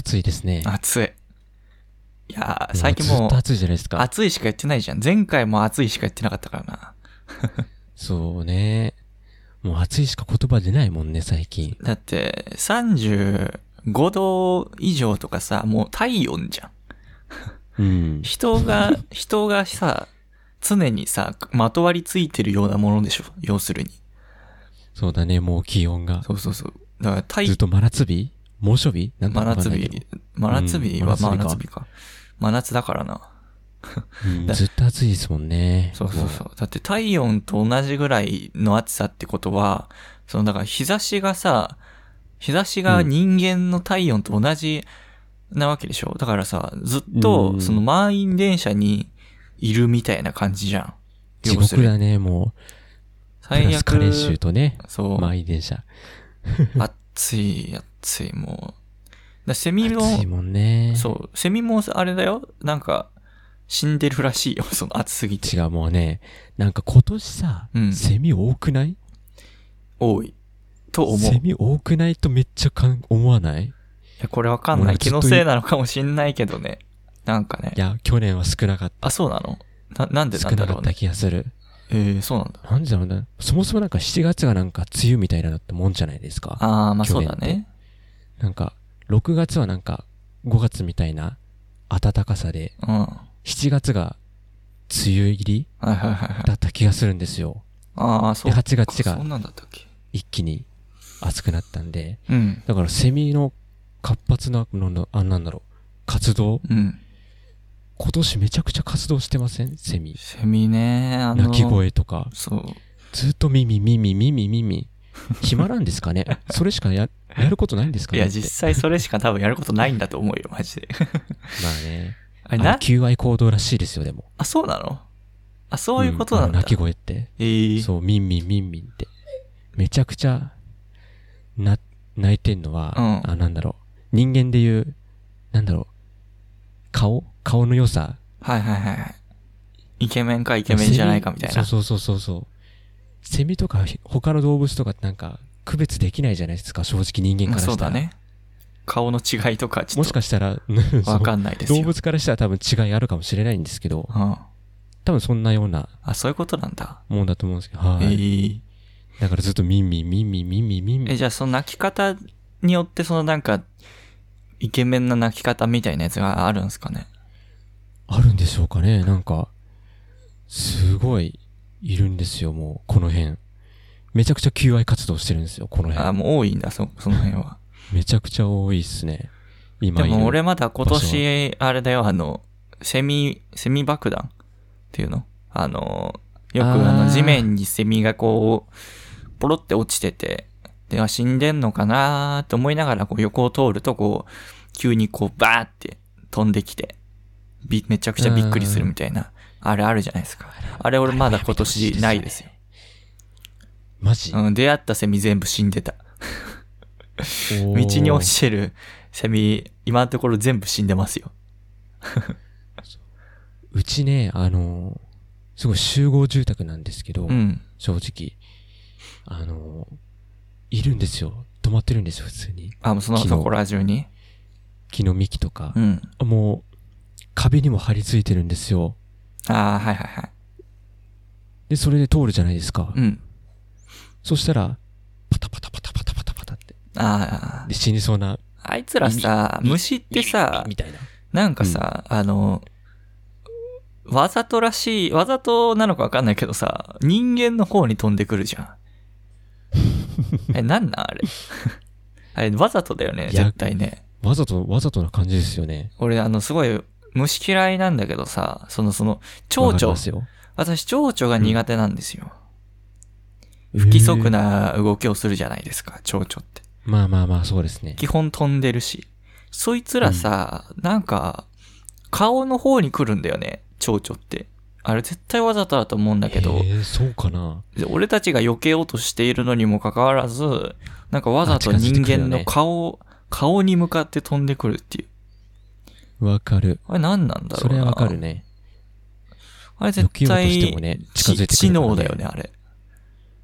暑いですね。 暑い。いやー、最近もう、 ずっと暑いじゃないですか。 暑いしか言ってないじゃん。前回も暑いしか言ってなかったからな。 そうね。もう暑いしか言葉出ないもんね、最近。 だって、35度以上とかさ、もう体温じゃん。 うん。 人がさ、常にさ、まとわりついてるようなものでしょ。要するに。 そうだね、もう気温が。 そうそうそう。だからずっと真夏日猛暑日なんだ真夏わかんないけど日。真夏日はうん真夏日か。真夏だからな。 うんずっと暑いですもんね。 そうそうそう。だって体温と同じぐらいの暑さってことは、だから日差しが人間の体温と同じなわけでしょ。だからさ、ずっとその満員電車にいるみたいな感じじゃん。 地獄だね、もう。 最悪。 プラス加齢臭とね。 そう。 満員電車。 暑い、もう。セミも、 暑いもんね。 そう。セミもあれだよ。なんか、死んでるらしいよ。その暑すぎて。 違う、もうね。なんか今年さ、セミ多くない？ 多い。と思う。 セミ多くないとめっちゃ思わない？いや、これわかんない。気のせいなのかもしんないけどね。なんかね。 いや、去年は少なかった。 あ、そうなの？なんでなんだろうね。 少なかった気がする。 そうなんだ。 なんでだろうね。そもそもなんか7月がなんか梅雨みたいなのってもんじゃないですか。 ああ、まあそうだね。 なんか、6月はなんか5月みたいな暖かさで、7月が梅雨入りだった気がするんですよ。 ああ、そうで、8月が一気に暑くなったんで、だからセミの活発な、なんだろう、活動、今年めちゃくちゃ活動してません？セミ。 セミね、 鳴き声とか。 そう。 ずっと耳。暇なんですかね？それしかやることないんですかね？ いや、実際それしか多分やることないんだと思うよ、マジで。 まあね。求愛行動らしいですよ、でも。 あ、そうなの？あ、そういうことなんだ。 鳴き声って。そう、ミンって。めちゃくちゃ、鳴いてんのは、なんだろう。人間で言う、なんだろう。顔の良さ。 はい。イケメンかイケメンじゃないかみたいな。 そう。セミとか他の動物とかってなんか区別できないじゃないですか、正直人間からしたら。 そうだね。顔の違いとかちょっと。 もしかしたら、 わかんないですよ。 動物からしたら多分違いあるかもしれないんですけど、多分そんなような。 あ、そういうことなんだ。 もんだと思うんですけど、はい。だからずっとミン。 じゃあその鳴き方によってなんか、イケメンな鳴き方みたいなやつがあるんですかね？ あるんでしょうかね。なんか、すごいいるんですよ、もう、この辺。めちゃくちゃ求愛活動してるんですよ、この辺。 あ、もう多いんだ、その辺は。 めちゃくちゃ多いっすね。今いる。 でも俺まだ今年、あれだよ、セミ爆弾っていうの？よく地面にセミがこう、ポロって落ちてて、で、死んでんのかなーって思いながら横を通ると急にバーって飛んできて、めちゃくちゃびっくりするみたいな。あれあるじゃないですか。あれ俺まだ今年ないですよ。 マジ？ 出会ったセミ全部死んでた。道に落ちてるセミ、今のところ全部死んでますよ。 うちね、すごい集合住宅なんですけど、正直、いるんですよ。止まってるんですよ、普通に。 あ、もうそこら中に木の幹とか、もう、壁にも張り付いてるんですよ。 ああ、はい。 で、それで通るじゃないですか。そしたら、パタって。 ああ。 で、死にそうな。 あいつらさ、虫ってさ、なんかさ、わざとなのかわかんないけどさ、人間の方に飛んでくるじゃん。なんなんあれ。あれ、わざとだよね、絶対ね。 わざとな感じですよね。 俺、すごい、虫嫌いなんだけどさ、蝶々。私、蝶々が苦手なんですよ。不規則な動きをするじゃないですか、蝶々って。 まあ、そうですね。 基本飛んでるし。そいつらさ、なんか、顔の方に来るんだよね、蝶々って。あれ絶対わざとだと思うんだけど。 そうかな。 俺たちが避けようとしているのにもかかわらず、なんかわざと人間の顔に向かって飛んでくるっていう。 わかる。 あれ何なんだろうな。 それはわかるね。 あれ絶対、知能だよね、あれ。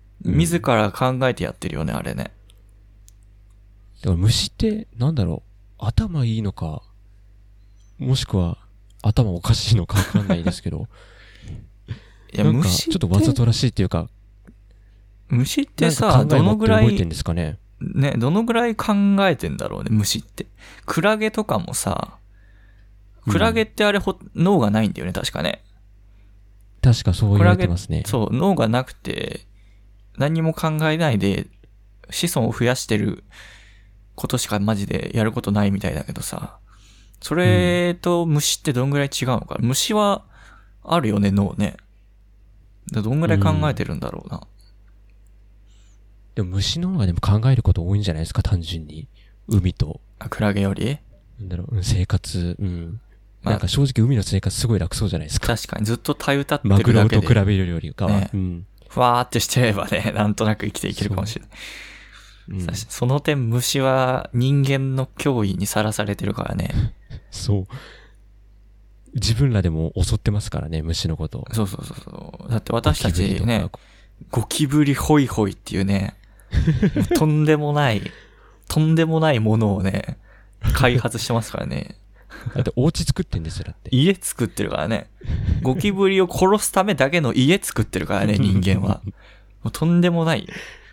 自ら考えてやってるよね、あれね。 だから虫って、なんだろう。 頭いいのか、もしくは頭おかしいのかわかんないですけど。 いや、 なんかちょっとわざとらしいっていうか、 虫ってさ、どのぐらい、 動いてんですかね。 ね、どのぐらい考えてんだろうね、虫って。クラゲとかもさ、クラゲってあれ、脳がないんだよね、確かね。 確かそう言われてますね。 そう、脳がなくて、何も考えないで、子孫を増やしてることしかマジでやることないみたいだけどさ、それと虫ってどんぐらい違うのか。虫はあるよね、脳ね。どんぐらい考えてるんだろうな。 でも虫の方がでも考えること多いんじゃないですか、単純に。海と。 クラゲよりなんだろう、生活、なんか正直海の生活すごい楽そうじゃないですか。 確かにずっとたゆたってるマだけで。 グロと比べるよりかは。 ね、ふわーってしてればね、なんとなく生きていけるかもしれない。その点虫は人間の脅威にさらされてるからね。 そう。自分らでも襲ってますからね、虫のこと。 そう。だって私たちね、ゴキブリホイホイっていうね、とんでもないものをね、開発してますからね。 だってお家作ってんですよ、だって。 家作ってるからね。ゴキブリを殺すためだけの家作ってるからね、人間は。もうとんでもない。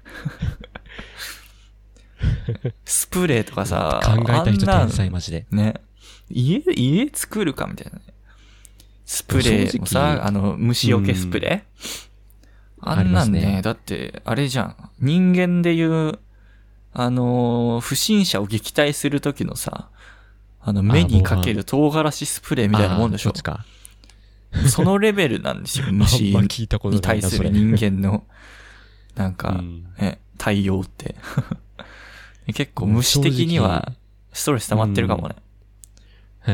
スプレーとかさ、 考えた人天才マジで。 ね。家作るかみたいなね。スプレーもさ、虫除けスプレー、あんなんね、だって、あれじゃん。人間でいう、不審者を撃退するときのさ、目にかける唐辛子スプレーみたいなもんでしょ。そのレベルなんですよ、虫に対する人間の、なんか、対応って。結構虫的にはストレス溜まってるかもね。 はい。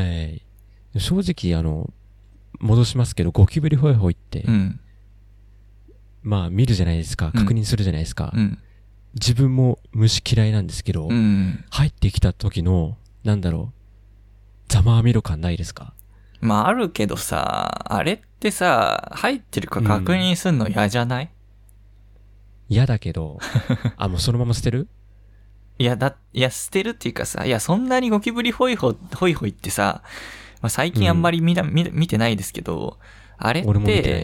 正直、戻しますけど、ゴキブリホイホイって、まあ見るじゃないですか、確認するじゃないですか。自分も虫嫌いなんですけど、入ってきた時の、なんだろう、ざまあみろ感ないですか？ まああるけどさ、あれってさ、入ってるか確認するの嫌じゃない？ 嫌だけど、もうそのまま捨てる？ いや、捨てるっていうかさ、いや、そんなにゴキブリホイホイってさ、まあ、最近あんまり見てないですけど、あれって、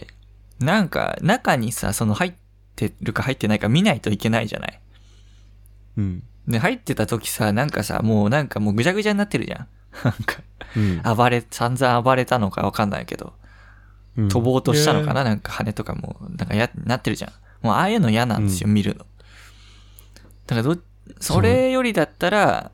なんか、中にさ、その入ってるか入ってないか見ないといけないじゃない。で、入ってた時さ、なんかさ、もうぐちゃぐちゃになってるじゃん。なんか、散々暴れたのかわかんないけど、飛ぼうとしたのかな、なんか羽とかも、なんかなってるじゃん。もうああいうの嫌なんですよ、見るの。だからそれよりだったら、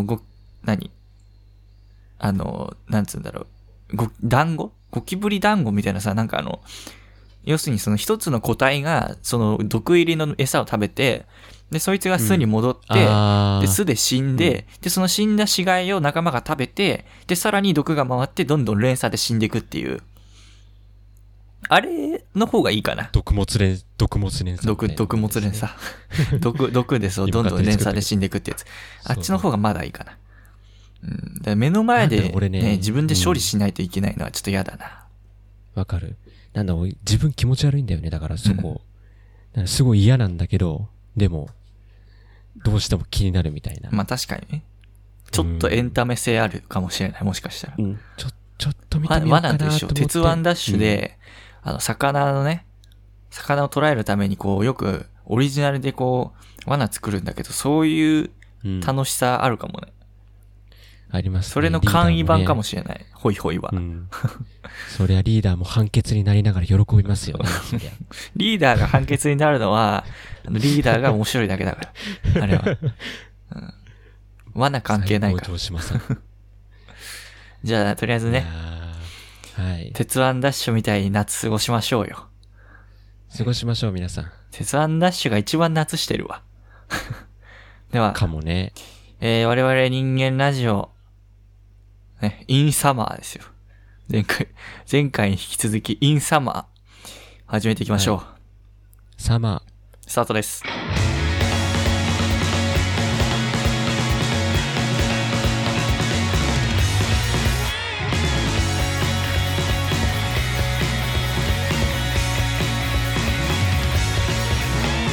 なんつうんだろう。ゴキブリ団子みたいなさ、なんか要するにその一つの個体が、その毒入りの餌を食べて、で、そいつが巣に戻って、で、巣で死んで、で、その死んだ死骸を仲間が食べて、で、さらに毒が回って、どんどん連鎖で死んでいくっていう。あれの方がいいかな。 毒物連鎖。 毒物連鎖。毒でそう、どんどん連鎖で死んでいくってやつ。あっちの方がまだいいかな。だから目の前で、ね、自分で処理しないといけないのはちょっと嫌だな。 わかる。なんだ、自分気持ち悪いんだよね。だからそこ。すごい嫌なんだけど、でも、どうしても気になるみたいな。 まあ確かにね。ちょっとエンタメ性あるかもしれない。もしかしたら。 ちょっと見てみようかなと思って。 罠でしょ。鉄腕ダッシュで、魚を捉えるためにこう、よくオリジナルでこう、罠作るんだけど、そういう楽しさあるかもね。 ありますね。 それの簡易版かもしれない。ホイホイは。 そりゃリーダーも判決になりながら喜びますよね。 リーダーが判決になるのは、リーダーが面白いだけだから。あれは。罠関係ないから。じゃあ、とりあえずね。 はい。 鉄腕ダッシュみたいに夏過ごしましょうよ。 過ごしましょう、皆さん。 鉄腕ダッシュが一番夏してるわ。では。 かもね。 我々人間ラジオ、ね、インサマーですよ。前回に引き続き、インサマー、始めていきましょう。はい、 サマー。スタートです。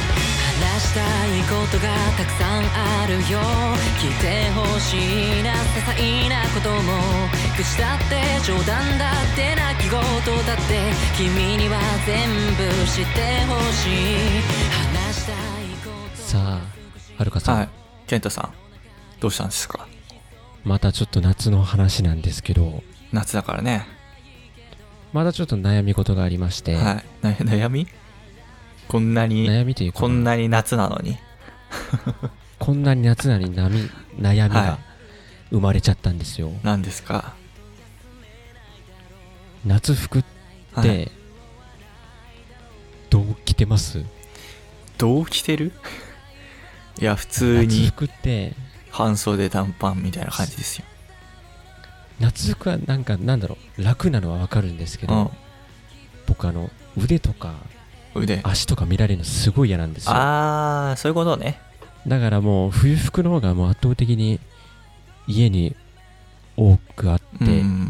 話したいことがたくさんあるよ。来てほしいないなことも口だって冗談だって泣き言だって君には全部知ってほしい話したいことさあはるかさん、 はい、健太さんどうしたんですか？ またちょっと夏の話なんですけど、 夏だからね。 まだちょっと悩み事がありまして、 はい、悩み？こんなに悩みというか、 こんなに夏なのにこんなに夏なのに悩みが生まれちゃったんですよ。 何ですか？ 夏服って、はい、どう着てます？ どう着てる？いや普通に夏服って半袖短パンみたいな感じですよ。 夏服はなんだろう、楽なのはわかるんですけど、うん、僕腕とか足とか見られるのすごい嫌なんですよ。 ああ、そういうことね。 だからもう冬服の方がもう圧倒的に家に多くあって、うん、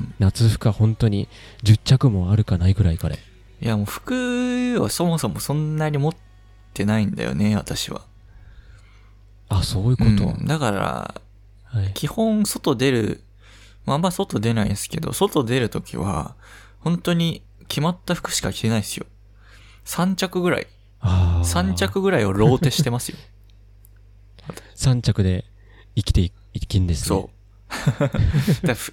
夏服は本当に10着もあるかないぐらいから。いやもう服はそもそもそんなに持ってないんだよね、私は。 あ、そういうこと。 うん、だから、はい、基本外出る、あんま外出ないですけど、外出るときは本当に決まった服しか着てないですよ。3着ぐらい。3着ぐらいをローテしてますよ。 3着で生きんですね。 そう。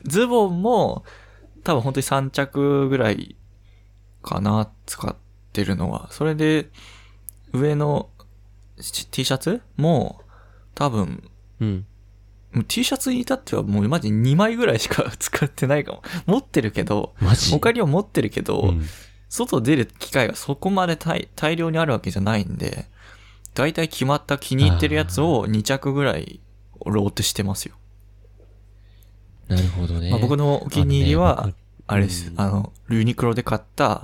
ズボンも多分本当に3着ぐらいかな、使ってるのは。それで、上の T シャツも多分、 うん。 T シャツに至ってはもうマジ2枚ぐらいしか使ってないかも。持ってるけど、他には持ってるけど、うん、外出る機会がそこまで大量にあるわけじゃないんで、だいたい決まった気に入ってるやつを2着ぐらいローテしてますよ。 なるほどね。 僕のお気に入りは、あれです。ユニクロで買った、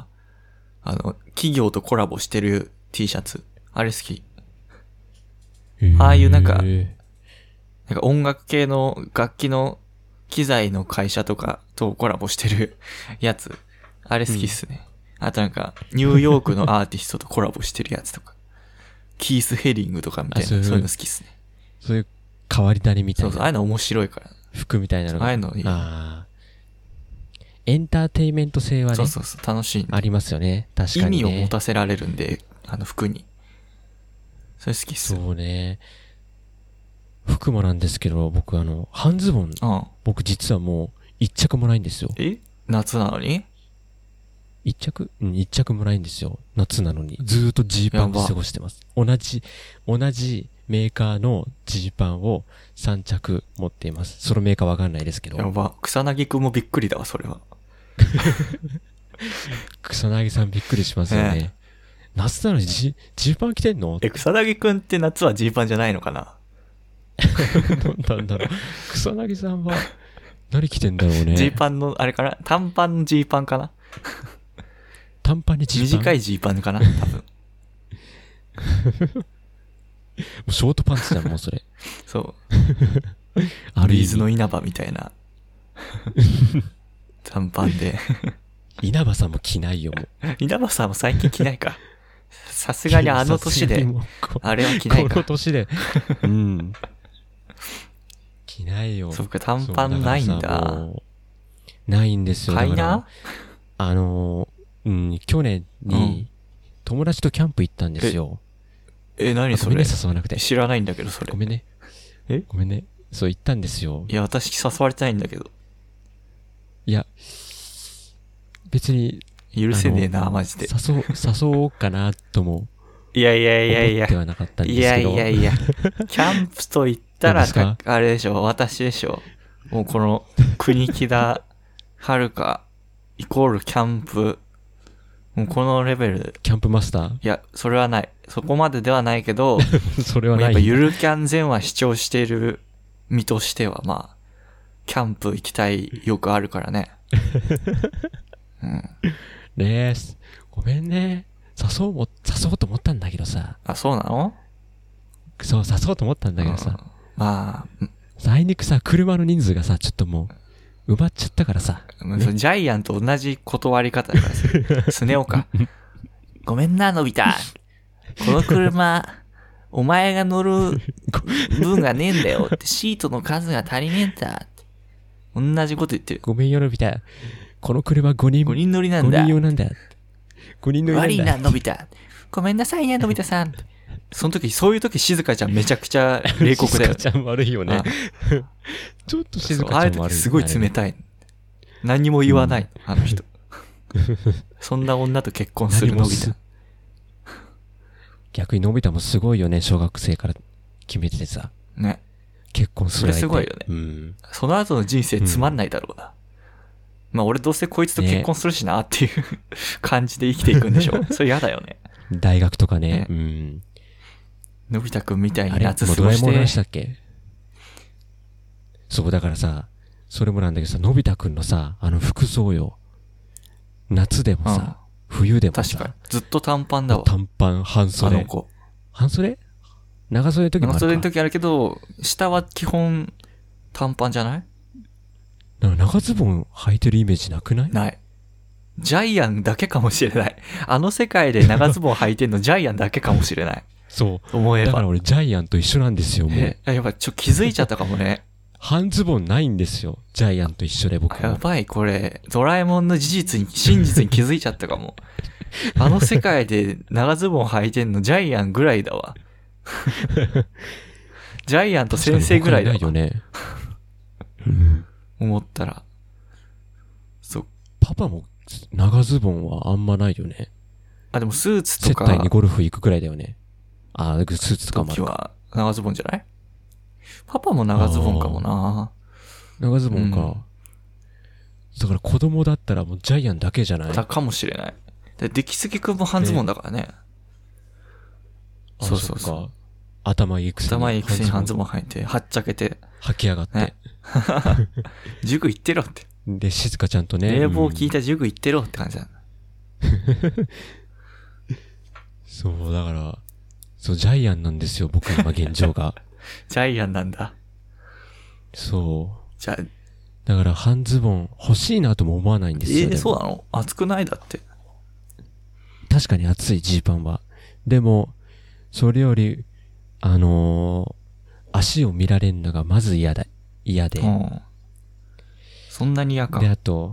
企業とコラボしてる T シャツ。あれ好き。ああいうなんか音楽系の楽器の機材の会社とかとコラボしてるやつ。あれ好きっすね。あとなんか、ニューヨークのアーティストとコラボしてるやつとか。キース・ヘリングとかみたいな、そういうの好きっすね。 そういう変わり種みたいな。 そう、ああいうの面白いから。 服みたいなのが。 ああいうのいい。 エンターテイメント性はね。 そう、楽しい、 ありますよね。確かに、ね。 意味を持たせられるんで、服に。それ好きっす。 そうね。服もなんですけど、僕半ズボン、僕実はもう1着もないんですよ。 夏なのに 1着もないんですよ。夏なのに。ずーっとジーパンで過ごしてます。同じメーカーのジーパンを3着持っています。そのメーカーわかんないですけど。 やば。草薙くんもびっくりだわ、それは。 草薙さんびっくりしますよね。夏なのにジーパン着てんの？ 草薙くんって夏はジーパンじゃないのかな？ なんだろう。草薙さんは何着てんだろうね。 ジーパンの、あれかな？短パンのジーパンかな？ 短パンにジーパン？ 短いジーパンかな？多分。もうショートパンツじゃん、もうそれ。 そう。ある水の稲葉みたいな。短パンで。 稲葉さんも着ないよ、もう。 稲葉さんも最近着ないか。さすがにあの年で、あれは着ないか。 この年で。うん。着ないよ。 そっか、短パンないんだ。 ないんですよ。 買いな？ 去年に友達とキャンプ行ったんですよ。 何それ？ ごめんね、誘わなくて。 知らないんだけど、それ。 ごめんね。ごめんね。そう、行ったんですよ。 いや、私誘われたいんだけど。 いや、別に。 許せねえな、マジで。 誘おうかな、とも。 いや。 思ってはなかったんですけど。 いや。キャンプと言ったら、あれでしょ、私でしょ。もうこの、国木田遥イコールキャンプ。もうこのレベル。 キャンプマスター？ いや、それはない。そこまでではないけど、 それはない。 やっぱゆるキャン全話視聴している身としては、まあ、キャンプ行きたいよくあるからね。うん。 ねえ、ごめんね。誘おうと思ったんだけどさ。 あ、そうなの？ そう、誘おうと思ったんだけどさ。 まあ。 あいにくさ、車の人数がさ、ちょっともう、埋まっちゃったからさ。 ね、ジャイアンと同じ断り方だからさ。スネ夫か。ごめんな、のび太。この車、お前が乗る分がねえんだよって、シートの数が足りねえんだって。 同じこと言ってる。 ごめんよ、のび太。この車5人。 5人乗りなんだ。 5人用なんだ。5人乗りなんだ。 悪いな、のび太。ごめんなさいね、のび太さん。そういう時、静香ちゃんめちゃくちゃ冷酷だよ。 静香ちゃん悪いよね。ちょっと静香ちゃん悪い。 ああいう時すごい冷たい。何にも言わない、あの人。そんな女と結婚するのび太。 逆にのび太もすごいよね、小学生から決めててさ。 ね。 結婚する。 それすごいよね。 うん。 その後の人生つまんないだろうな。まあ俺どうせこいつと結婚するしなっていう感じで生きていくんでしょ。それ嫌だよね。 大学とかね。うん。 のび太くんみたいに夏過ごして。 ドラえもんの話だっけ？そう、だからさ、それもなんだけどさ、のび太くんのさ、服装よ。夏でもさ、冬でもさ。 確かに。ずっと短パンだわ。 短パン、半袖。 あの子。 半袖？長袖の時もあるか。 長袖の時あるけど、下は基本短パンじゃない？ なんか長ズボン履いてるイメージなくない？ ない。ジャイアンだけかもしれない。あの世界で長ズボン履いてんのジャイアンだけかもしれない。 そう。 思えば。 だから俺ジャイアンと一緒なんですよ、もう。 やっぱ気づいちゃったかもね。 半ズボンないんですよ。ジャイアンと一緒で僕は。 やばい、これ、ドラえもんの真実に気づいちゃったかも。あの世界で長ズボン履いてんのジャイアンぐらいだわ。ジャイアンと先生ぐらいだわ。 ないよね。 思ったら。そう。 パパも長ズボンはあんまないよね。 あ、でもスーツとか。 接待にゴルフ行くくらいだよね。あ、スーツとかもあるか。 時は長ズボンじゃない？パパも長ズボンかもな。 長ズボンか。だから子供だったらもうジャイアンだけじゃない？ かもしれない。で、出来すぎくんも半ズボンだからね。そうそうそう。 頭いいくせに半ズボン履いて、はっちゃけて。 履き上がって。 ね、塾行ってろって。 で、静香ちゃんとね。 冷房聞いた塾行ってろって感じだ。 そう、だから、そう、ジャイアンなんですよ、僕今現状が。 ジャイアンなんだ。 そう。 じゃあ、 だから半ズボン欲しいなとも思わないんですよ。 そうなの？暑くないだって。 確かに暑いジーパンは。でも、それより、足を見られるのがまず嫌で。 そんなに嫌か。 で、あと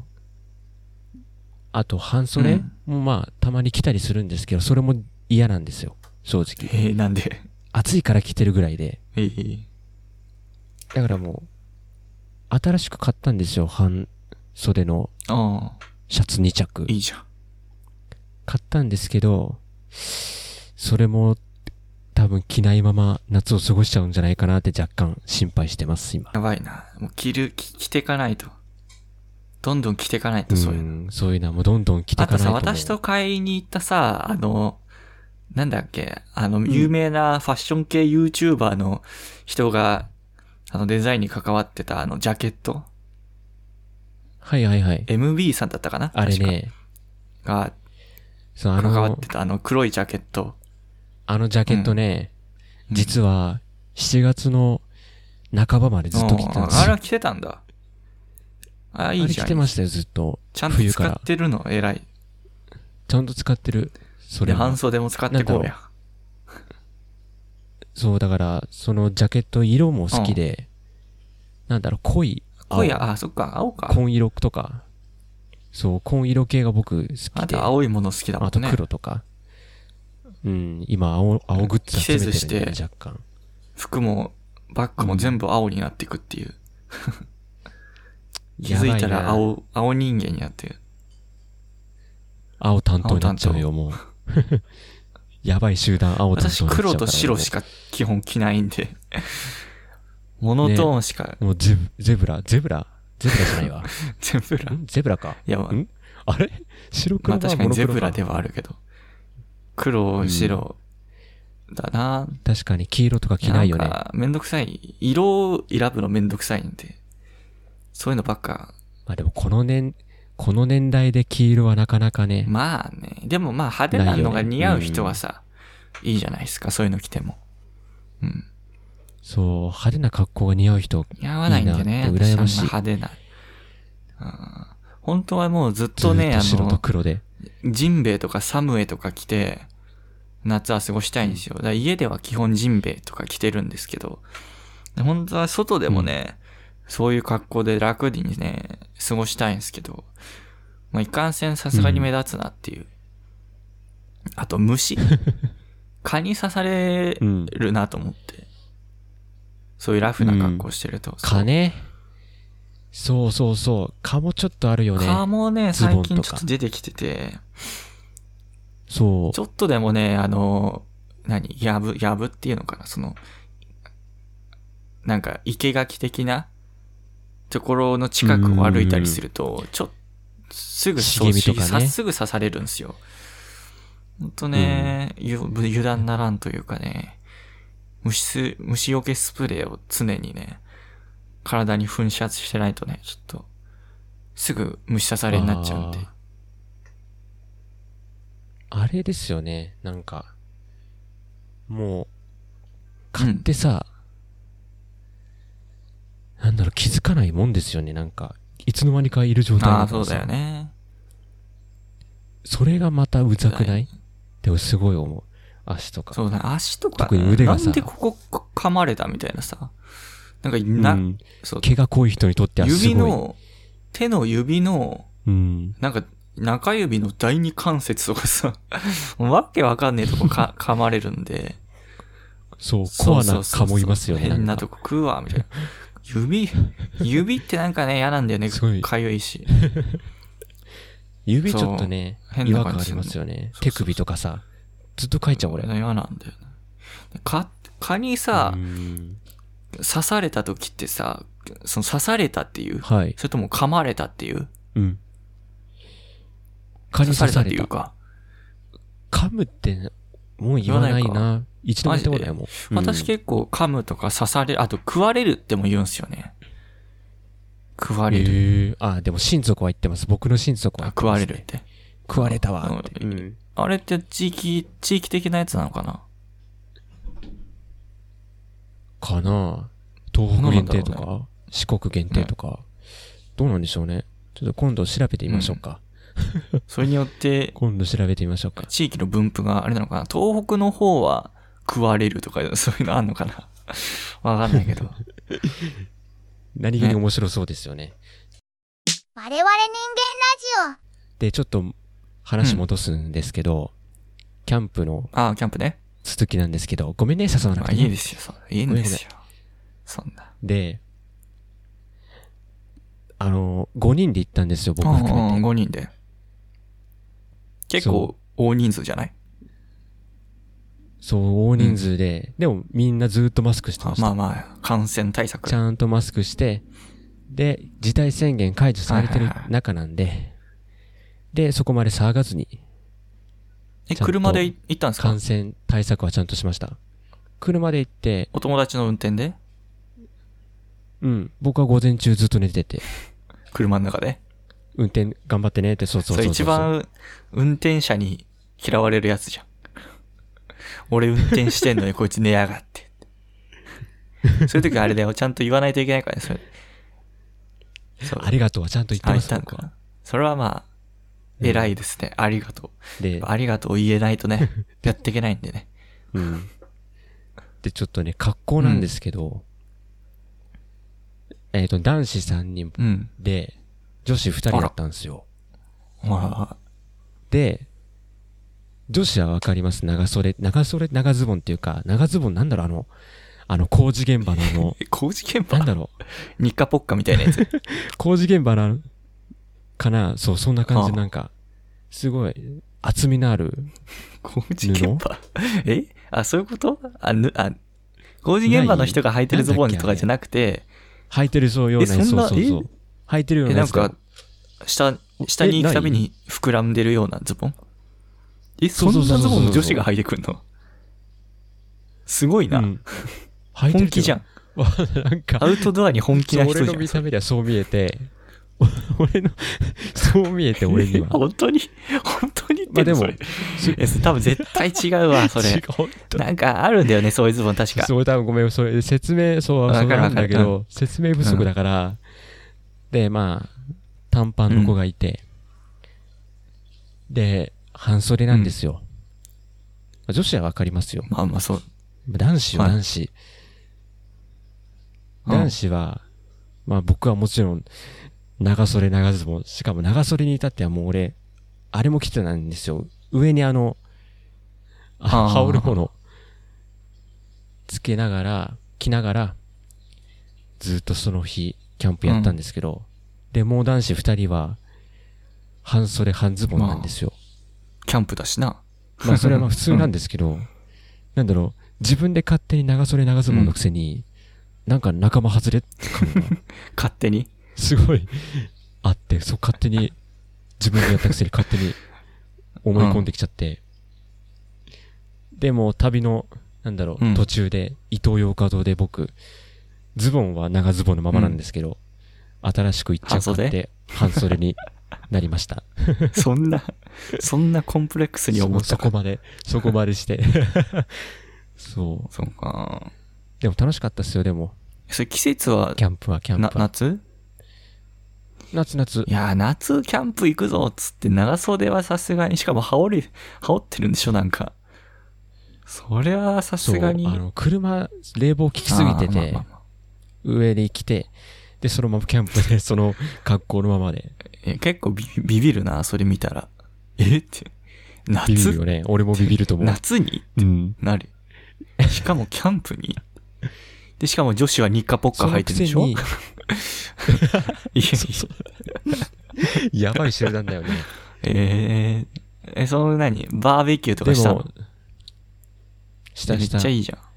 半袖もまあ、たまに着たりするんですけど、それも嫌なんですよ。正直。 なんで？ 暑いから着てるぐらいで。だからもう、新しく買ったんですよ。半袖のシャツ2着。 いいじゃん。 買ったんですけど、それも多分着ないまま夏を過ごしちゃうんじゃないかなって若干心配してます、今。 やばいな。もう着てかないと。どんどん着てかないと、そういうの。 そういうのはもうどんどん着てかないと。 あとさ、私と買いに行ったさ、なんだっけ、有名なファッション系 YouTuber の人が、デザインに関わってたジャケット。 はいはいはい。 MB さんだったかな？ あれね。 が、関わってた黒いジャケット。 ジャケットね、実は7月の半ばまでずっと着てたんですよ。 あれは着てたんだ。いいじゃん。 あれ着てましたよ、ずっと。 ちゃんと使ってるの偉い。 ちゃんと使ってる。それ半袖も使ってこうや。 そう、だから、そのジャケット色も好きで、濃い青。 そっか、青か。 紺色とか。そう、紺色系が僕好きで。 あと青いもの好きだもんね。 あと黒とか。今青グッズ集めてるんで、若干。 服も、バッグも全部青になっていくっていう。気づいたら青人間になってる。 青担当になっちゃうよ、もう。やばい集団青担当になっちゃうから。 私黒と白しか基本着ないんで。モノトーンしか。 もうゼブラじゃないわ。ゼブラか。 いや、 あれ白黒は確かにゼブラではあるけど。黒、白、だな。 確かに黄色とか着ないよね。 なんかめんどくさい。色を選ぶのめんどくさいんで。そういうのばっか。 まあでもこの年代で黄色はなかなかね。 まあね。でもまあ派手なのが似合う人はさ、いいじゃないですか。そういうの着ても。 そう、派手な格好が似合う人。 似合わないんでね。 羨ましい。 派手な。本当はもうずっとね、 白と黒で。 ジンベエとかサムエとか着て、夏は過ごしたいんですよ。だから家では基本ジンベエとか着てるんですけど、本当は外でもね、 そういう格好で楽にね、過ごしたいんですけど、まあ、いかんせんさすがに目立つなっていう。あと虫蚊に刺されるなと思って。そういうラフな格好してると。 蚊ね。そうそうそう。蚊もちょっとあるよね。 蚊もね、最近ちょっと出てきてて。 そう。 ちょっとでもね、やぶっていうのかな、なんか、生垣的なところの近くを歩いたりすると、すぐ茂みとかね。 すぐ刺されるんですよ。ほんとね、油断ならんというかね、虫除けスプレーを常にね、体に噴射してないとね、ちょっと、すぐ虫刺されになっちゃうんで。 あれですよね、なんか、もう、買ってさ、なんだろう、気づかないもんですよね、なんか、いつの間にかいる状態だからさ。そうだよね。 それがまたうざくない？でもすごい思う。足とか。 そうだ、足とか、 特に腕がさ、 なんでここ噛まれたみたいなさ。 そう毛が濃い人にとってはすごい。 手の指の、なんか、中指の第二関節とかさ、わけわかんねえとこ噛まれるんで。 そう、コアな蚊もいますよね。 変なとこ食うわ、みたいな。指ってなんかね、嫌なんだよね。かゆいし。 指ちょっとね、違和感ありますよね。手首とかさ、ずっとかいちゃう俺。 嫌なんだよね。蚊にさ、刺された時ってさ、刺されたっていう、はい、それとも噛まれたっていう、 蚊に刺されたっていうか。 噛むってもう言わないな。一度も言ったことないもん。 私結構噛むとか刺される、あと食われるっても言うんすよね。食われる。 でも親族は言ってます。僕の親族は、 食われるって。 食われたわって。 あれって地域的なやつなのかな？ かな？東北限定とか、四国限定とか、どうなんでしょうね。ちょっと今度調べてみましょうか。 それによって、 今度調べてみましょうか。 地域の分布があれなのかな？東北の方は食われるとか、そういうのあんのかな？わかんないけど。 何気に面白そうですよね。 我々人間ラジオ。 で、ちょっと話戻すんですけど、キャンプの。 キャンプね。 続きなんですけど、ごめんね、誘わなくて、ね。 いいですよ、いいんですよ。そんな。 で、5人で行ったんですよ、僕含めて。 5人で。結構大人数じゃない？ そう、大人数で、でもみんなずっとマスクしてました。 まあ、感染対策。 ちゃんとマスクして、で、事態宣言解除されてる中なんで、で、そこまで騒がずに。 車で行ったんですか？ 感染対策はちゃんとしました。車で行って。 お友達の運転で？ 僕は午前中ずっと寝てて。 車の中で？ 運転頑張ってねって、そう。それ一番運転者に嫌われるやつじゃん。俺運転してんのにこいつ寝やがって。そういう時あれだよ、ちゃんと言わないといけないからね、それ。 ありがとうはちゃんと言ってますか？それはまあ、偉いですね。ありがとう。で、ありがとう言えないとね、やっていけないんでね。 で、ちょっとね、格好なんですけど、男子3人で、女子2人だったんですよ。で、女子はわかります？長ズボンっていうか、長ズボンなんだろう、工事現場の工事現場なんだろう。日課ポッカみたいなやつ。 工事現場かな？そう、そんな感じなんか、すごい、厚みのある工事現場そういうこと？工事現場の人が履いてるズボンとかじゃなくて、 履いてるような、そう。履いてるようなやつ。 なんか、下に行くたびに膨らんでるようなズボン？そんなズボン女子が履いてくんの？すごいな。本気じゃん。 なんか、 アウトドアに本気な人じゃん。 俺の見た目ではそう見えて、そう見えて俺には。 本当にまあでも、 多分絶対違うわ、それ。なんかあるんだよね、そういうズボン確か。 そう、多分ごめん、それ説明、そうなんだけど、説明不足だから、で、まあ、短パンの子がいて、で、半袖なんですよ。女子はわかりますよ。 まあそう。 男子は。男子は、 まあ僕はもちろん、長袖長ズボン、しかも長袖に至ってはもう俺、あれも着てたんですよ。上に羽織るもの、つけながら、着ながら、ずっとその日、キャンプやったんですけど、で、もう男子2人は、半袖半ズボンなんですよ。 キャンプだしな。 まあそれはまあ普通なんですけど、なんだろう、自分で勝手に長袖長ズボンのくせに、なんか仲間外れ感が、 勝手にすごい、あって、そう勝手に、自分でやったくせに勝手に思い込んできちゃって、でも旅の、なんだろう、途中で、イトーヨーカドーで僕、ズボンは長ズボンのままなんですけど、新しく一着買って、半袖になりました。 そんなコンプレックスに思ったそこまでして。そう。 そうか。 でも楽しかったっすよ、でも。 それ季節はキャンプは。 夏。いやー、夏キャンプ行くぞっつって長袖はさすがに、しかも羽織ってるんでしょ、なんか。それはさすがに。 車、冷房効きすぎてて、上に来て、で、そのままキャンプで、その格好のままで。 結構ビビるな、それ見たら。って。夏ビビるよね。俺もビビると思う。 夏になる。しかもキャンプにで、しかも女子はニッカポッカ履いてるでしょやばい集団だよね。 その何バーベキューとかしたの？ した。 めっちゃいいじゃん。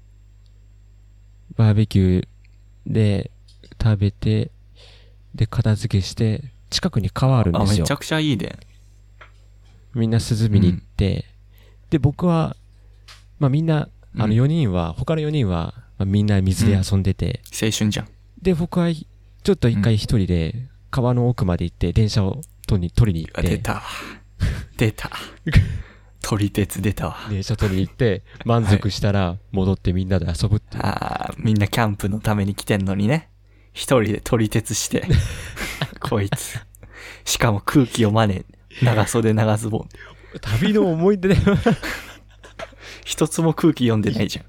バーベキューで食べて、で、片付けして、近くに川あるんですよ。 めちゃくちゃいいね。 みんな涼みに行って、で、僕は、まあみんな、4人は、他の4人は、まあ、みんな水で遊んでて、 青春じゃん。 で、僕は、ちょっと一回一人で、川の奥まで行って、電車を取りに行って。 出た。撮り鉄出たわ。 電車取りに行って、満足したら、戻ってみんなで遊ぶっていう。 みんなキャンプのために来てんのにね。一人で撮り鉄して。こいつ。しかも空気読まねえ。長袖長ズボン。 旅の思い出だよ。 一つも空気読んでないじゃん。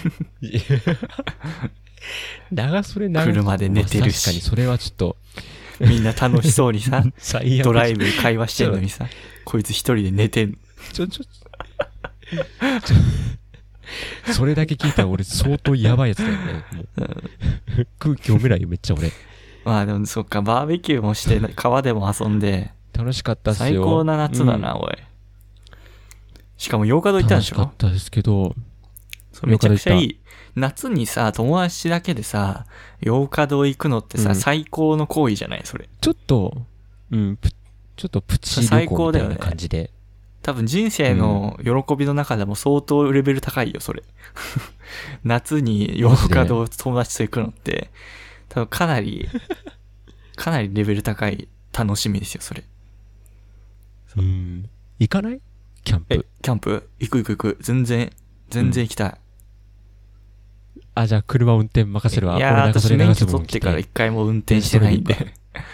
長袖長ズボン。 車で寝てるし。 確かにそれはちょっと。 みんな楽しそうにさ、ドライブ会話してんのにさ、こいつ一人で寝てんの。 それだけ聞いたら俺相当やばいやつだよね。空気読めないよ、めっちゃ俺。 まあでもそっか、バーベキューもして、川でも遊んで。 楽しかったっすよ。 最高な夏だな、おい。しかも8日と行ったんでしょ？ 楽しかったですけど。 めちゃくちゃいい。夏にさ、友達だけでさ、8日堂行くのってさ、最高の行為じゃないそれ。 ちょっとプチ旅行みたいな感じで。 多分人生の喜びの中でも相当レベル高いよ、それ。夏に8日堂友達と行くのって、多分かなりレベル高い楽しみですよ、それ。 行かない？キャンプ。 キャンプ？行く。全然行きたい。 じゃあ車運転任せるわ。 いやー、私免許取ってから一回も運転してないんで。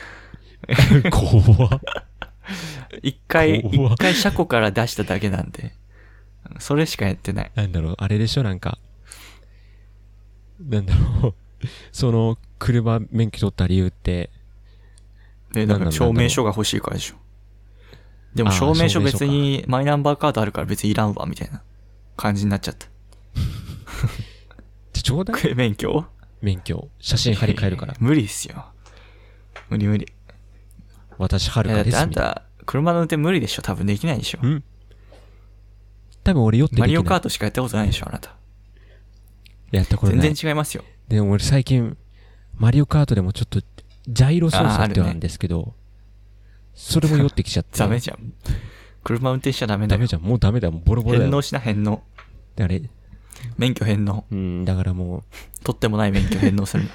怖っ。 一回車庫から出しただけなんで。それしかやってない。 なんだろう、あれでしょ、なんだろう。その、車免許取った理由って。 なんか証明書が欲しいからでしょ。でも証明書別にマイナンバーカードあるから別にいらんわ、みたいな感じになっちゃった。 ちょうだい？ 免許写真貼り替えるから。 無理っすよ。無理。 私はるかです。 だってあんた、車の運転無理でしょ？多分できないでしょ？ 多分俺酔ってできない。 マリオカートしかやったことないでしょ、あなた。 やったことない。 全然違いますよ。 でも俺最近、マリオカートでもちょっと、ジャイロ操作ってあるんですけど、それも酔ってきちゃって。 ダメじゃん。車運転しちゃダメだよ。 ダメじゃん。もうダメだよ。もうボロボロだよ。 返納しな、返納。 あれ免許返納。 だからもう。 取ってもない免許返納するの。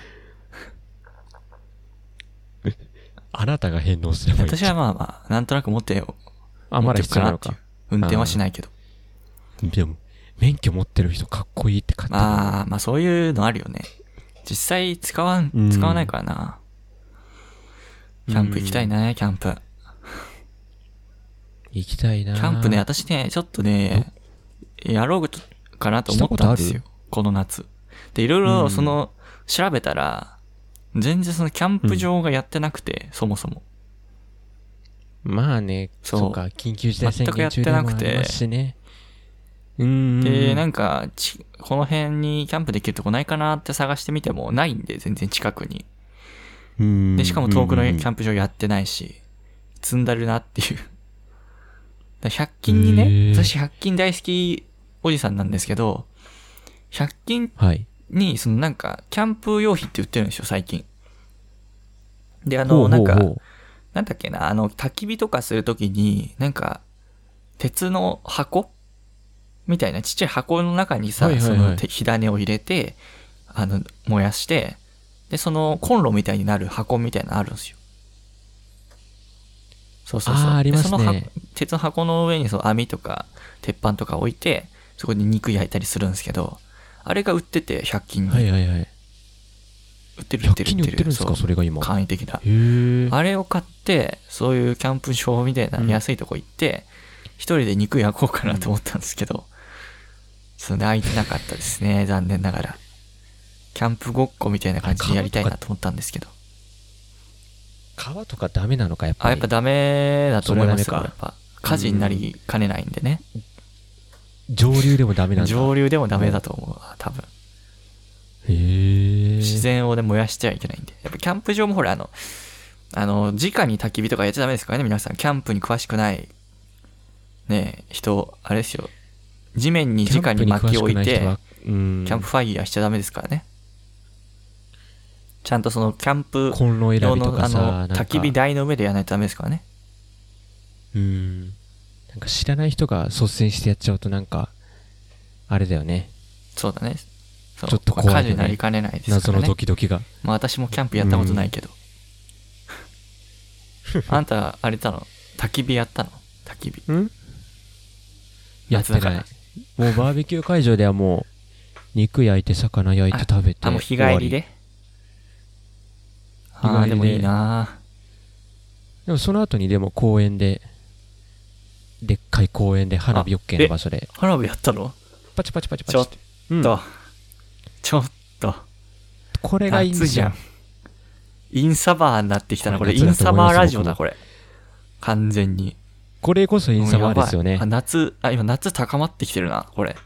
あなたが返納すればいい。 私はまあ、なんとなく持ってよ。 まだ必要なのか。 運転はしないけど。 でも、免許持ってる人かっこいいって勝手に。 まあそういうのあるよね。実際使わないからな。キャンプ行きたいね、キャンプ。 行きたいな。 キャンプね、私ね、ちょっとね、やろうかなと思ったんですよ。この夏。で、いろいろ調べたら、 全然そのキャンプ場がやってなくて、そもそも。 まあね、そうか、緊急事態宣言中でもありますしね。 で、なんか、この辺にキャンプできるとこないかなって探してみてもないんで、全然近くに。で、しかも遠くのキャンプ場やってないし、積んだるなっていう。100均にね、私100均大好きおじさんなんですけど、100均に、そのなんか、キャンプ用品って売ってるんですよ、最近。で、なんか、なんだっけな、焚き火とかするときに、なんか、鉄の箱みたいなちっちゃい箱の中にさ、その火種を入れて、燃やして、で、そのコンロみたいになる箱みたいなのあるんですよ。そう。 ありますね。 で、その鉄の箱の上にその網とか鉄板とか置いて、そこに肉焼いたりするんですけど、あれが売ってて、100均に。売ってる。 100均に売ってるんですか、それが今。 簡易的な。あれを買って、そういうキャンプ場みたいな安いとこ行って、一人で肉焼こうかなと思ったんですけど、それで空いてなかったですね、残念ながら。キャンプごっこみたいな感じでやりたいなと思ったんですけど。 皮とかダメなのか、やっぱり。 やっぱダメだと思いますよ、やっぱ。火事になりかねないんでね。 上流でもダメなんだ。 上流でもダメだと思うわ、多分。自然をね、燃やしてはいけないんで。やっぱキャンプ場もほら、直に焚き火とかやっちゃダメですからね、皆さん。キャンプに詳しくないね人、あれですよ。地面に直に薪を置いて、キャンプファイヤーしちゃダメですからね。ちゃんとそのキャンプ用の焚き火台の上でやらないとダメですからね。 なんか知らない人が率先してやっちゃうとなんか、あれだよね。 そうだね。 ちょっと怖い、ね。 火事になりかねないですからね。 謎のドキドキが。 まあ私もキャンプやったことないけど。あんた、あれたの焚き火やったの焚き火。 やってない。もうバーベキュー会場ではもう、肉焼いて魚焼いて食べて。 もう日帰りででもいいな。 でもその後にでも公園で、でっかい公園で花火 OK の場所で。 花火やったの？ パチパチ。 ちょっと。 これがいいんですよ。 インサバーになってきたな、これ。インサバーラジオだ、これ。完全に。 これこそインサバーですよね。 今夏高まってきてるな、これ。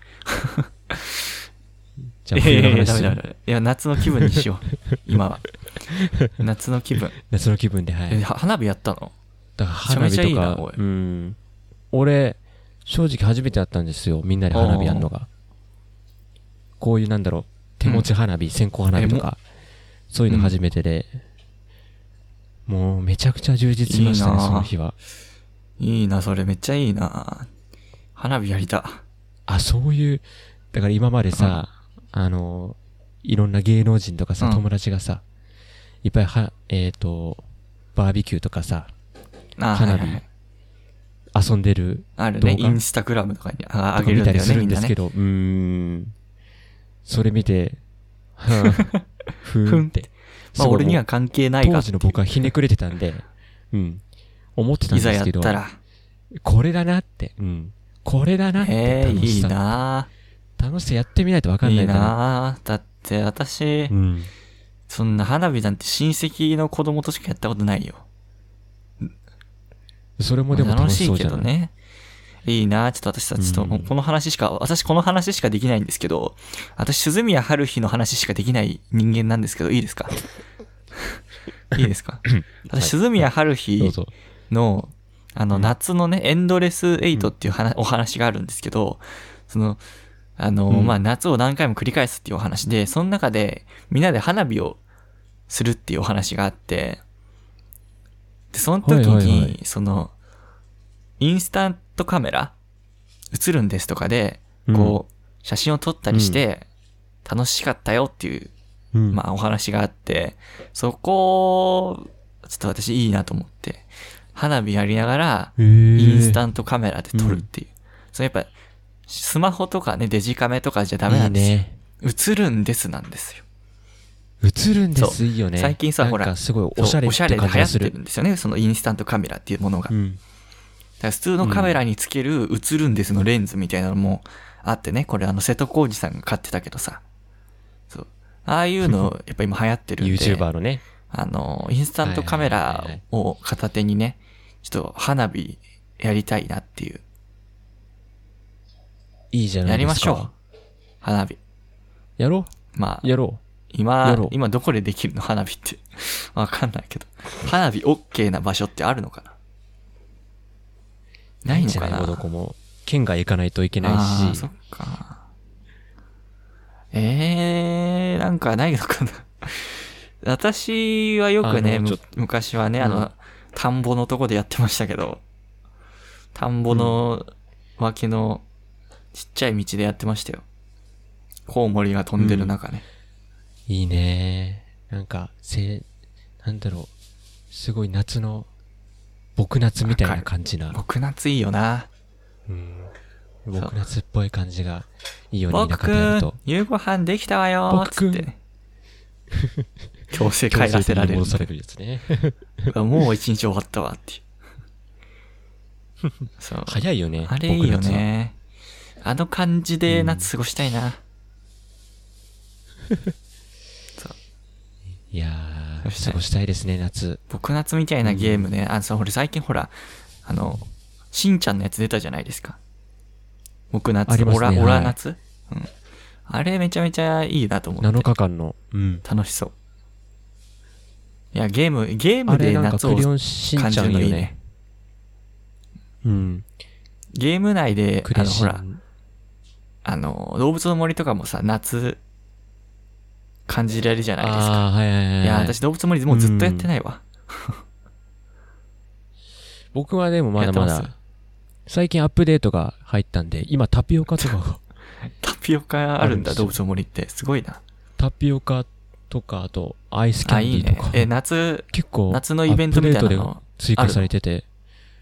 じゃあ冬の話。 ダメ。いや、夏の気分にしよう。今は。夏の気分。 夏の気分で、はい。 花火やったの？ だから花火とか、俺、正直初めてやったんですよ。みんなで花火やるのが。こういうなんだろう、手持ち花火、線香花火とか、そういうの初めてで、もうめちゃくちゃ充実しましたね、その日は。 いいな、それめっちゃいいな。花火やりた。 そういう、だから今までさ、いろんな芸能人とかさ、友達がさ、いっぱいバーベキューとかさ、花火、遊んでる動画あるね、インスタグラムとかに上げるんだよね、 見たりするんですけど、それ見て、ふーんって。 まあ俺には関係ないが。 当時の僕はひねくれてたんで、思ってたんですけど、 いざやったらこれだなって、これだなって楽しさ。 いいな。 楽しさやってみないと分かんないから。 いいな。だって私、そんな花火なんて親戚の子供としかやったことないよ。 それもでも楽しそうじゃない。 楽しいけどね。いいな。ちょっと私たちと、この話しかできないんですけど、私、鈴宮春日の話しかできない人間なんですけど、いいですか？いいですか？私、鈴宮春日の、夏のね、エンドレス8っていうお話があるんですけど、その、まあ、夏を何回も繰り返すっていうお話で、その中で、みんなで花火をするっていうお話があって、で、その時に、その、インスタントカメラ映るんですとかで、こう、写真を撮ったりして、楽しかったよっていう、まあお話があって、そこ、ちょっと私いいなと思って、花火やりながら、インスタントカメラで撮るっていう。それやっぱ、スマホとかね、デジカメとかじゃダメなんですよ。映るんですなんですよ。 映るんです、いいよね。 最近さ、ほら、 すごいおしゃれって感じがする。 流行ってるんですよね、そのインスタントカメラっていうものが。だから普通のカメラにつける映るんですのレンズみたいなのもあってね、これ瀬戸康史さんが買ってたけどさ。そう。 ああいうの、やっぱ今流行ってるんで。 YouTuber のね。 インスタントカメラを片手にね、ちょっと花火やりたいなっていう。 いいじゃないですか。 やりましょう。花火。 やろう。 まあ、 やろう。 今どこでできるの花火って。わかんないけど。花火 OK な場所ってあるのかな？ないのかな？ どこも。県外行かないといけないし。 ああ、そっか。なんかないのかな。私はよくね、昔はね、田んぼのとこでやってましたけど、田んぼの脇のちっちゃい道でやってましたよ。コウモリが飛んでる中ね。 いいね。なんか、なんだろう。すごい夏の、僕夏みたいな感じな。 僕夏いいよな。 僕夏っぽい感じがいいよね。田舎でやると。 夕ご飯できたわよーっつって。強制帰らせられる。 戻されるやつね。 もう一日終わったわっていう。そう。 早いよね。 あれいいよね。あの感じで夏過ごしたいな。 そういやー、過ごしたいですね、夏。 僕夏みたいなゲームね。俺最近ほら、しんちゃんのやつ出たじゃないですか。僕夏、ね、オラ夏、あれめちゃめちゃいいなと思って。 7日間の。 楽しそう。いや、ゲームで夏を感じるのいいね。ゲーム内で、ほら、動物の森とかもさ、夏、感じられるじゃないですか。いや、私動物の森もうずっとやってないわ。 僕はでもまだまだ、最近アップデートが入ったんで、今タピオカとかが。 タピオカあるんだ、動物の森って。すごいな。 タピオカとか、あと、アイスキャンディーとか。 いいね。 結構、 夏のイベントみたいなの追加されてて。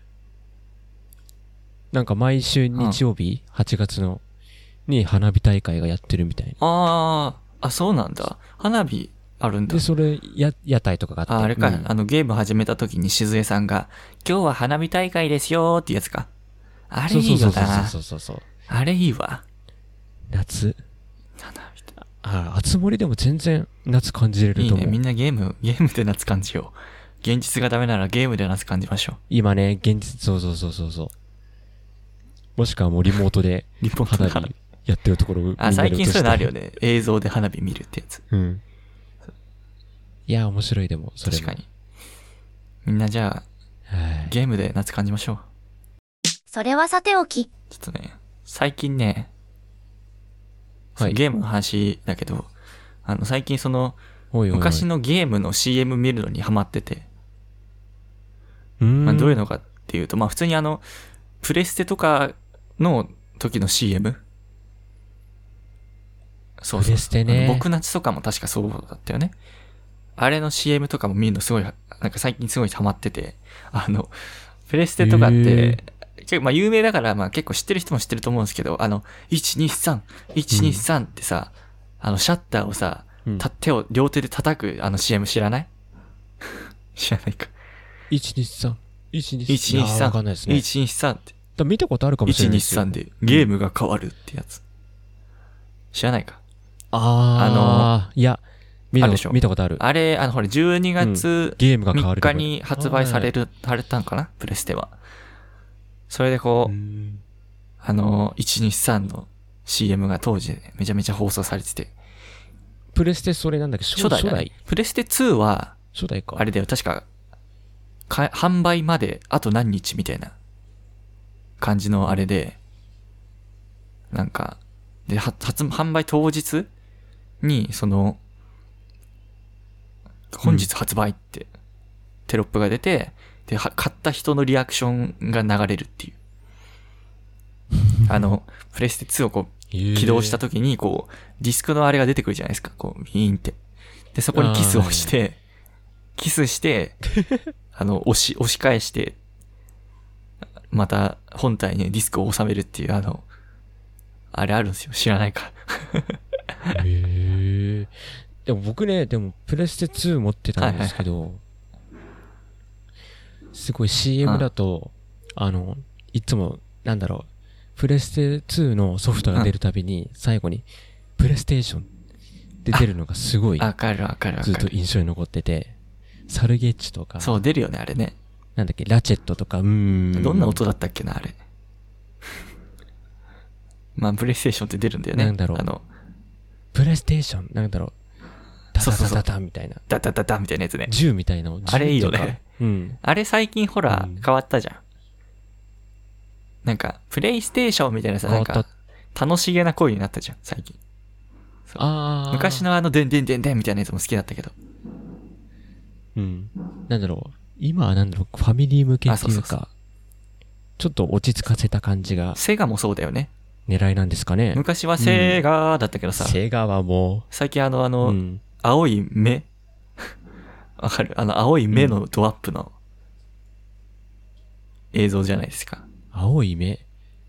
なんか毎週日曜日、8月の、に花火大会がやってるみたいな。そうなんだ。花火あるんだ。 で、それ、屋台とかがあって。 あれか、ゲーム始めた時に静江さんが、今日は花火大会ですよーってやつか。あれいいよな。 そう。 あれいいわ。 夏。あつ森でも全然夏感じれると思う。 いいね。みんなゲームで夏感じよう。現実がダメならゲームで夏感じましょう。 今ね、現実、そう。もしくはもうリモートで花火やってるところ最近そういうのあるよね。映像で花火見るってやつ。 いや、面白いでも、それも。 確かに。みんなじゃあ、ゲームで夏感じましょう。 それはさておき。 ちょっとね、最近ね、ゲームの話だけど、最近昔のゲームの CM 見るのにハマってて。どういうのかっていうと、普通にプレステとかの時の CM。そう。 プレステね。 僕夏とかも確かそうだったよね。あれの CM とかも見るのすごい、なんか最近すごいハマってて、プレステとかって、有名だから、結構知ってる人も知ってると思うんですけど、123ってさ、シャッターをさ、手を両手で叩くCM 知らない？知らないか。 123。 わかんないですね。123って。 見たことあるかもしれないですよ。 123でゲームが変わるってやつ。知らないか。 いや、見たことある。 あれ、ほら、12月3日に発売されたんかな？プレステは。それで123の CM が当時めちゃめちゃ放送されてて。 プレステそれなんだっけ？初代？ プレステ2は、 初代か。 あれだよ、確か、販売まであと何日みたいな感じのあれで、なんか、で、販売当日に、本日発売ってテロップが出て、で、買った人のリアクションが流れるっていう。プレステ2を起動した時に、ディスクのあれが出てくるじゃないですか。ビーンって。で、そこにキスして、押し返して、また本体にディスクを収めるっていう、あれあるんですよ。知らないか。 でも僕ね、プレステ2持ってたんですけど、すごい CM だと、いつも、プレステ2のソフトが出るたびに、最後に、プレイステーションっで出るのがすごいわかるわかるわかずっとる。 印象に残ってて、サルゲッチとか、 そう、出るよね、あれね。 なんだっけ、ラチェットとか、 どんな音だったっけな、あれ。まあ、プレイステーションって出るんだよね。 なんだろうプレイステーション、なんだろう、タタタタタみたいな。 ダダダダみたいなやつね。 銃みたいなの。 あれいいよね。 うん。 あれ最近ほら、変わったじゃん。なんか、プレイステーションみたいなさ、なんか、楽しげな声になったじゃん、最近。昔のでんでんでんでんみたいなやつも好きだったけど。 うん。なんだろう。今はなんだろう、ファミリー向けっていうか、ちょっと落ち着かせた感じが。 セガもそうだよね。 狙いなんですかね。 昔はセガだったけどさ。 セガはもう。 最近青い目わかる？青い目のドアップの映像じゃないですか。 青い目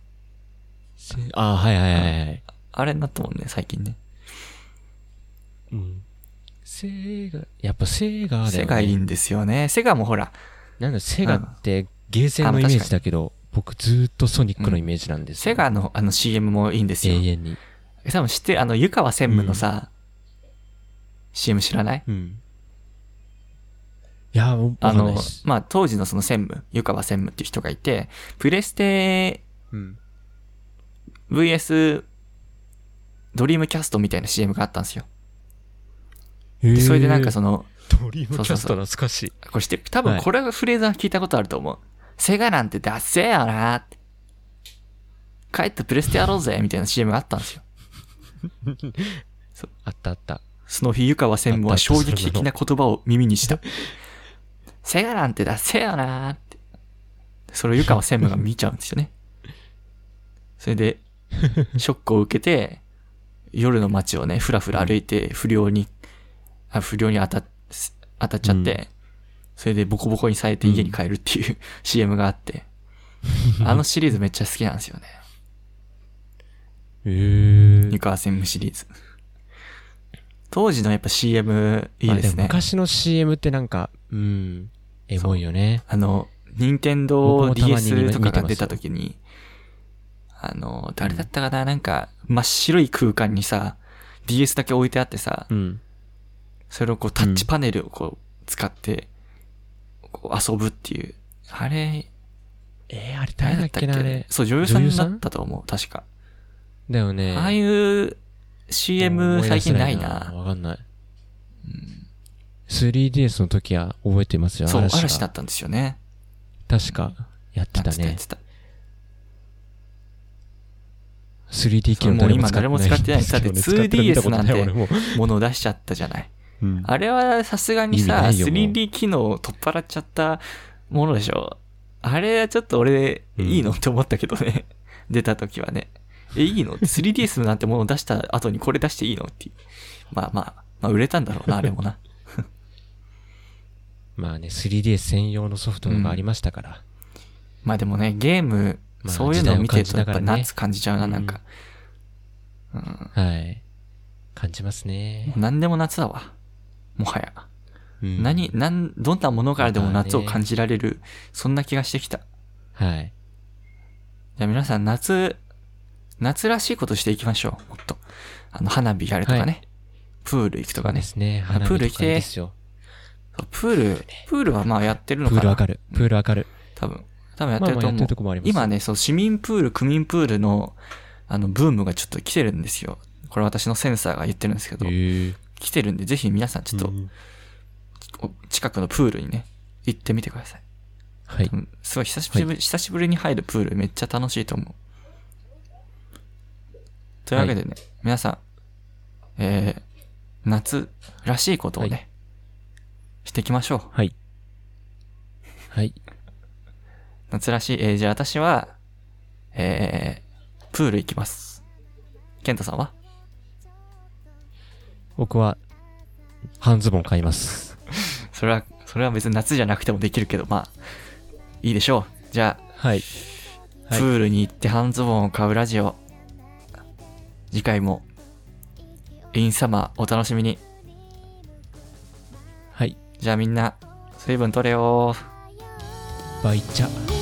はいはいはいはい。 あれになったもんね、最近ね。 うん。やっぱセガだよね。 セガいいんですよね。セガもほら。 なんだ、セガってゲーセンのイメージだけど、僕ずーっとソニックのイメージなんですよ。 セガのCM もいいんですよ。 永遠に。 多分知ってる、湯川専務のさ、CM 知らない？ うん。いや、わかんないです。 まあ、当時のその専務、湯川専務っていう人がいて、プレステ、VS ドリームキャストみたいな CM があったんですよ。でそれでなんかその、 ドリームキャスト懐かしい。 これ多分これがフレーズは聞いたことあると思う。セガなんてダッセーよなーって。帰ってプレステやろうぜみたいな CM があったんですよ。 あったあった。 その日湯川専務は衝撃的な言葉を耳にした。セガなんてダッセーよなーって。それを湯川専務が見ちゃうんですよね。それで、ショックを受けて、夜の街をね、ふらふら歩いて不良に当たっちゃって、それでボコボコにされて家に帰るっていうCM があって、あのシリーズめっちゃ好きなんですよね。湯川専務シリーズ。当時のやっぱ CM いいですね。 昔の CM ってなんか、エモいよね。 任天堂 DS とかが出た時に、誰だったかな、なんか、真っ白い空間にさ、DS だけ置いてあってさ、それをこうタッチパネルをこう使って、こう遊ぶっていう。あれ、 あれ誰だっけな、あれ。 そう、女優さんだったと思う、確か。 だよね。 ああいう CM 最近ないな。 わかんない。3DS の時は覚えてますよ。 そう、嵐だったんですよね。 確か、やってたね。3D 機能もう今誰も使ってない。だって 2DS なんてものを出しちゃったじゃない。あれはさすがにさ、3D 機能を取っ払っちゃったものでしょ。あれはちょっと俺、いいのって思ったけどね。出た時はね。いいのって 3DS なんてものを出した後にこれ出していいのっていう。まあ、売れたんだろうな、あれもな。 まあね、3DS 専用のソフトがありましたから。 まあでもね、ゲーム、そういうのを見てるとやっぱ夏感じちゃうな、なんか。 はい。感じますね。 何でも夏だわ。もはや。どんなものからでも夏を感じられる、そんな気がしてきた。 はい。 じゃあ皆さん夏らしいことしていきましょう。もっと。花火やるとかね。プール行くとかね。 そうですね。 プール行きて。プールはまあやってるのかな。 プールわかる。 多分やってると思う。今ね、市民プール、区民プールの、ブームがちょっと来てるんですよ。これ私のセンサーが言ってるんですけど。来てるんで、ぜひ皆さんちょっと、近くのプールにね、行ってみてください。 はい。 すごい久しぶりに入るプールめっちゃ楽しいと思う。というわけでね、皆さん、夏らしいことをね、していきましょう。 はい。はい。 夏らしい。じゃあ私は、プール行きます。ケンタさんは？ 僕は、半ズボン買います。 それは別に夏じゃなくてもできるけど、まあ、いいでしょう。じゃあ、 はい。 プールに行って半ズボンを買うラジオ。次回も、インサマーお楽しみに。 はい。 じゃあみんな、水分取れよー。 バイチャ。